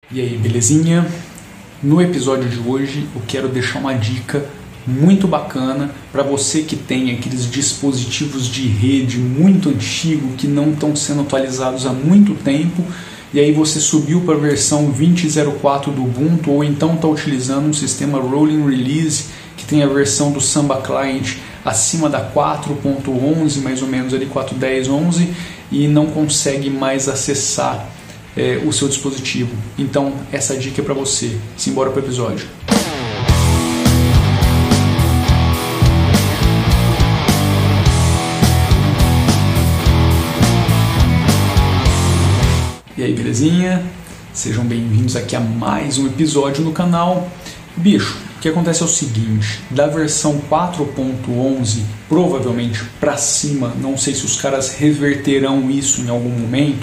E aí, belezinha? No episódio de hoje eu quero deixar uma dica muito bacana para você que tem aqueles dispositivos de rede muito antigos que não estão sendo atualizados há muito tempo e aí você subiu para a versão 20.04 do Ubuntu ou então está utilizando um sistema Rolling Release que tem a versão do Samba Client acima da 4.11, mais ou menos ali 4.10.11 e não consegue mais acessar o seu dispositivo. Então essa dica é para você. Simbora para o episódio. E aí, belezinha? Sejam bem-vindos aqui a mais um episódio no canal. Bicho, o que acontece é o seguinte, da versão 4.11 provavelmente para cima, não sei se os caras reverterão isso em algum momento,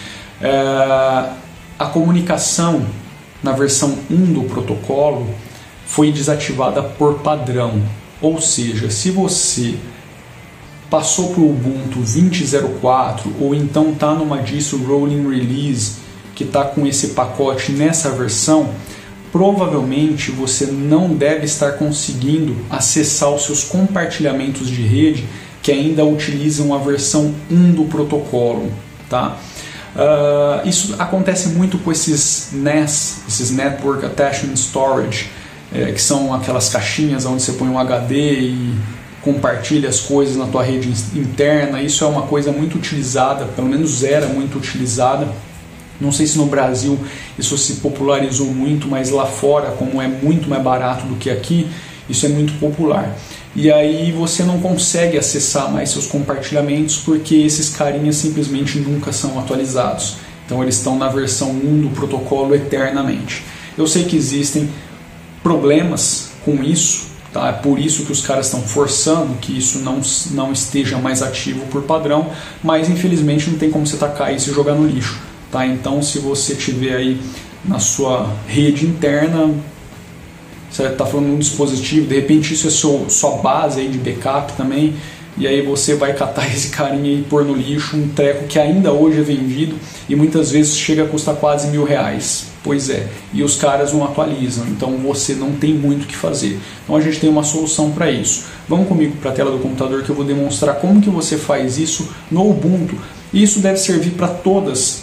a comunicação na versão 1 do protocolo foi desativada por padrão. Ou seja, se você passou para o Ubuntu 20.04 ou então está numa distro Rolling Release que está com esse pacote nessa versão, provavelmente você não deve estar conseguindo acessar os seus compartilhamentos de rede que ainda utilizam a versão 1 do protocolo, tá? Isso acontece muito com esses NAS, esses Network Attachment Storage, que são aquelas caixinhas onde você põe um HD e compartilha as coisas na tua rede interna. Isso é uma coisa muito utilizada, pelo menos era muito utilizada. Não sei se no Brasil isso se popularizou muito, mas lá fora, como é muito mais barato do que aqui, isso é muito popular. E aí você não consegue acessar mais seus compartilhamentos porque esses carinhas simplesmente nunca são atualizados. Então eles estão na versão 1 do protocolo eternamente. Eu sei que existem problemas com isso, tá? É por isso que os caras estão forçando que isso não esteja mais ativo por padrão, mas infelizmente não tem como você tacar isso e jogar no lixo. Tá? Então se você tiver aí na sua rede interna, você está falando de um dispositivo, de repente isso é sua base aí de backup também, e aí você vai catar esse carinha e pôr no lixo, um treco que ainda hoje é vendido e muitas vezes chega a custar quase R$1.000. Pois é, e os caras não atualizam, então você não tem muito o que fazer. Então a gente tem uma solução para isso. Vamos comigo para a tela do computador que eu vou demonstrar como que você faz isso no Ubuntu. E isso deve servir para todas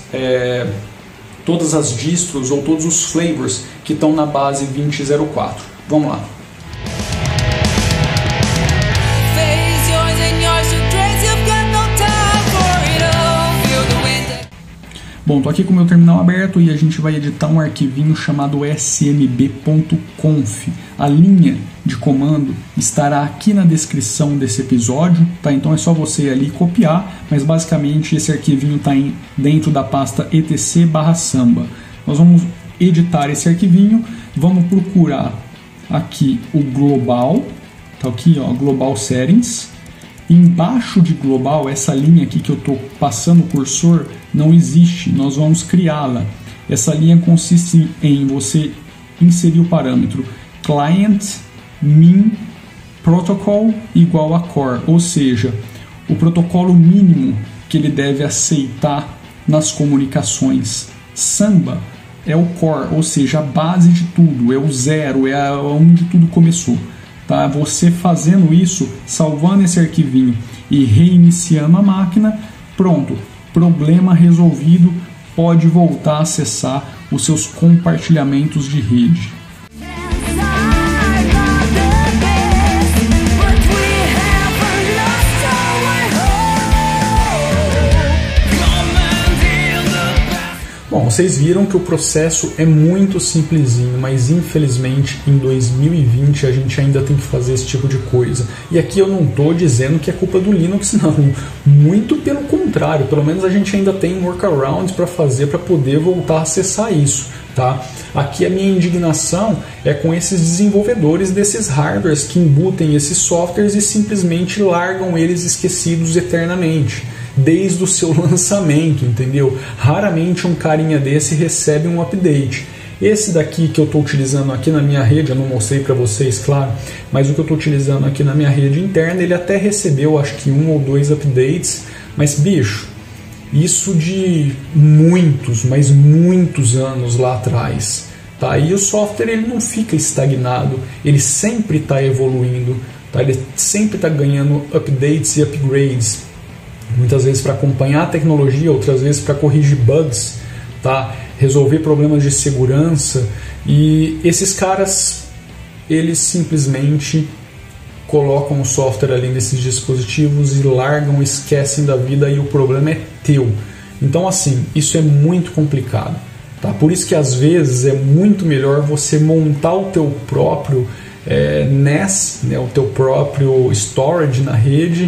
as distros ou todos os flavors que estão na base 20.04. Vamos lá. Bom, estou aqui com o meu terminal aberto e a gente vai editar um arquivinho chamado smb.conf. A linha de comando estará aqui na descrição desse episódio, tá? Então é só você ir ali copiar, mas basicamente esse arquivinho está dentro da pasta etc/samba. Nós vamos editar esse arquivinho, vamos procurar aqui o global, tá aqui, ó, global settings. Embaixo de global, essa linha aqui que eu estou passando o cursor não existe, nós vamos criá-la. Essa linha consiste em você inserir o parâmetro client min protocol igual a core, ou seja, o protocolo mínimo que ele deve aceitar nas comunicações. Samba é o core, ou seja, a base de tudo, é o zero, é onde tudo começou. Tá? Você fazendo isso, salvando esse arquivinho e reiniciando a máquina, pronto, problema resolvido, pode voltar a acessar os seus compartilhamentos de rede. Bom, vocês viram que o processo é muito simplesinho, mas infelizmente em 2020 a gente ainda tem que fazer esse tipo de coisa. E aqui eu não estou dizendo que é culpa do Linux, não. Muito pelo contrário, pelo menos a gente ainda tem workarounds para fazer para poder voltar a acessar isso. Tá? Aqui a minha indignação é com esses desenvolvedores desses hardwares que embutem esses softwares e simplesmente largam eles esquecidos eternamente. Desde o seu lançamento, entendeu? Raramente um carinha desse recebe um update. Esse daqui que eu estou utilizando aqui na minha rede, eu não mostrei para vocês, claro, mas o que eu estou utilizando aqui na minha rede interna, ele até recebeu acho que 1 ou 2 updates, mas bicho, Isso de muitos, mas muitos anos lá atrás. Tá? E o software ele não fica estagnado, ele sempre está evoluindo, tá? Ele sempre está ganhando updates e upgrades. Muitas vezes para acompanhar a tecnologia, outras vezes para corrigir bugs, tá? Resolver problemas de segurança. E esses caras, eles simplesmente colocam o software ali nesses dispositivos e largam, esquecem da vida e o problema é teu. Então assim, isso é muito complicado. Tá? Por isso que às vezes é muito melhor você montar o teu próprio NAS, né, o teu próprio storage na rede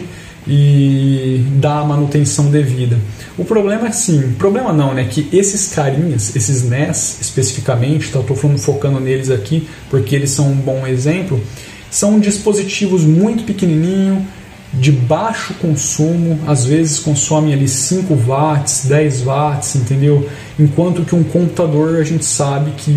e dar a manutenção devida. O problema é assim, problema não, né, que esses carinhas, esses NAS especificamente, tá, estou focando neles aqui porque eles são um bom exemplo, são dispositivos muito pequenininhos, de baixo consumo, às vezes consomem ali 5 watts, 10 watts, entendeu? Enquanto que um computador a gente sabe que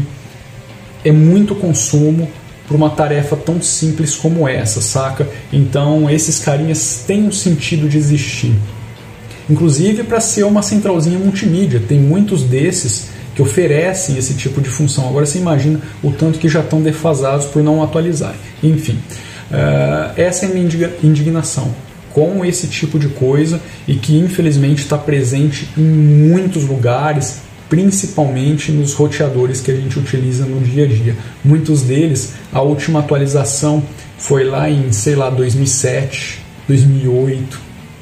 é muito consumo para uma tarefa tão simples como essa, saca? Então esses carinhas têm um sentido de existir. Inclusive para ser uma centralzinha multimídia, tem muitos desses que oferecem esse tipo de função. Agora você imagina o tanto que já estão defasados por não atualizar. Enfim, essa é a minha indignação com esse tipo de coisa e que infelizmente está presente em muitos lugares, principalmente nos roteadores que a gente utiliza no dia a dia. Muitos deles, a última atualização foi lá em, 2007, 2008.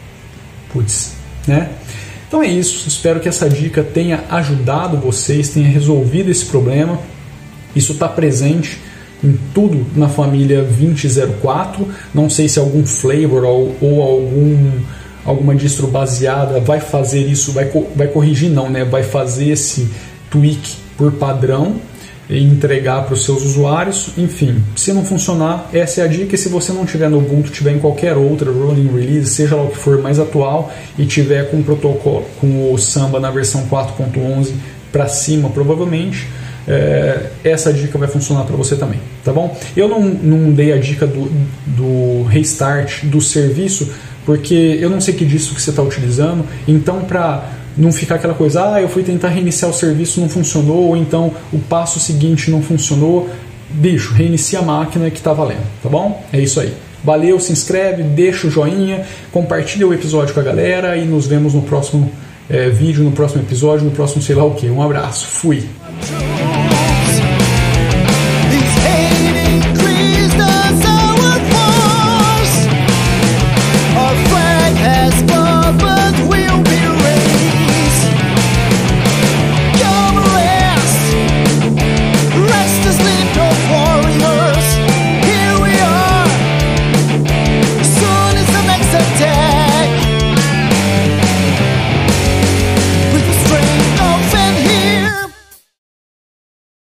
Putz, né? Então é isso, espero que essa dica tenha ajudado vocês, tenha resolvido esse problema. Isso está presente em tudo na família 2004. Não sei se algum flavor ou alguma distro baseada vai fazer isso, vai corrigir não, né? Vai fazer esse tweak por padrão e entregar para os seus usuários. Enfim, se não funcionar, essa é a dica. E se você não tiver no Ubuntu, tiver em qualquer outra rolling release, seja lá o que for mais atual, e tiver com o protocolo, com o Samba na versão 4.11 para cima, provavelmente, essa dica vai funcionar para você também, tá bom? Eu não dei a dica do restart do serviço, porque eu não sei que distro que você está utilizando, então para não ficar aquela coisa, eu fui tentar reiniciar o serviço, não funcionou, ou então o passo seguinte não funcionou, bicho, reinicia a máquina que tá valendo, tá bom? É isso aí. Valeu, se inscreve, deixa o joinha, compartilha o episódio com a galera e nos vemos no próximo vídeo, no próximo episódio, no próximo sei lá o que. Um abraço, fui!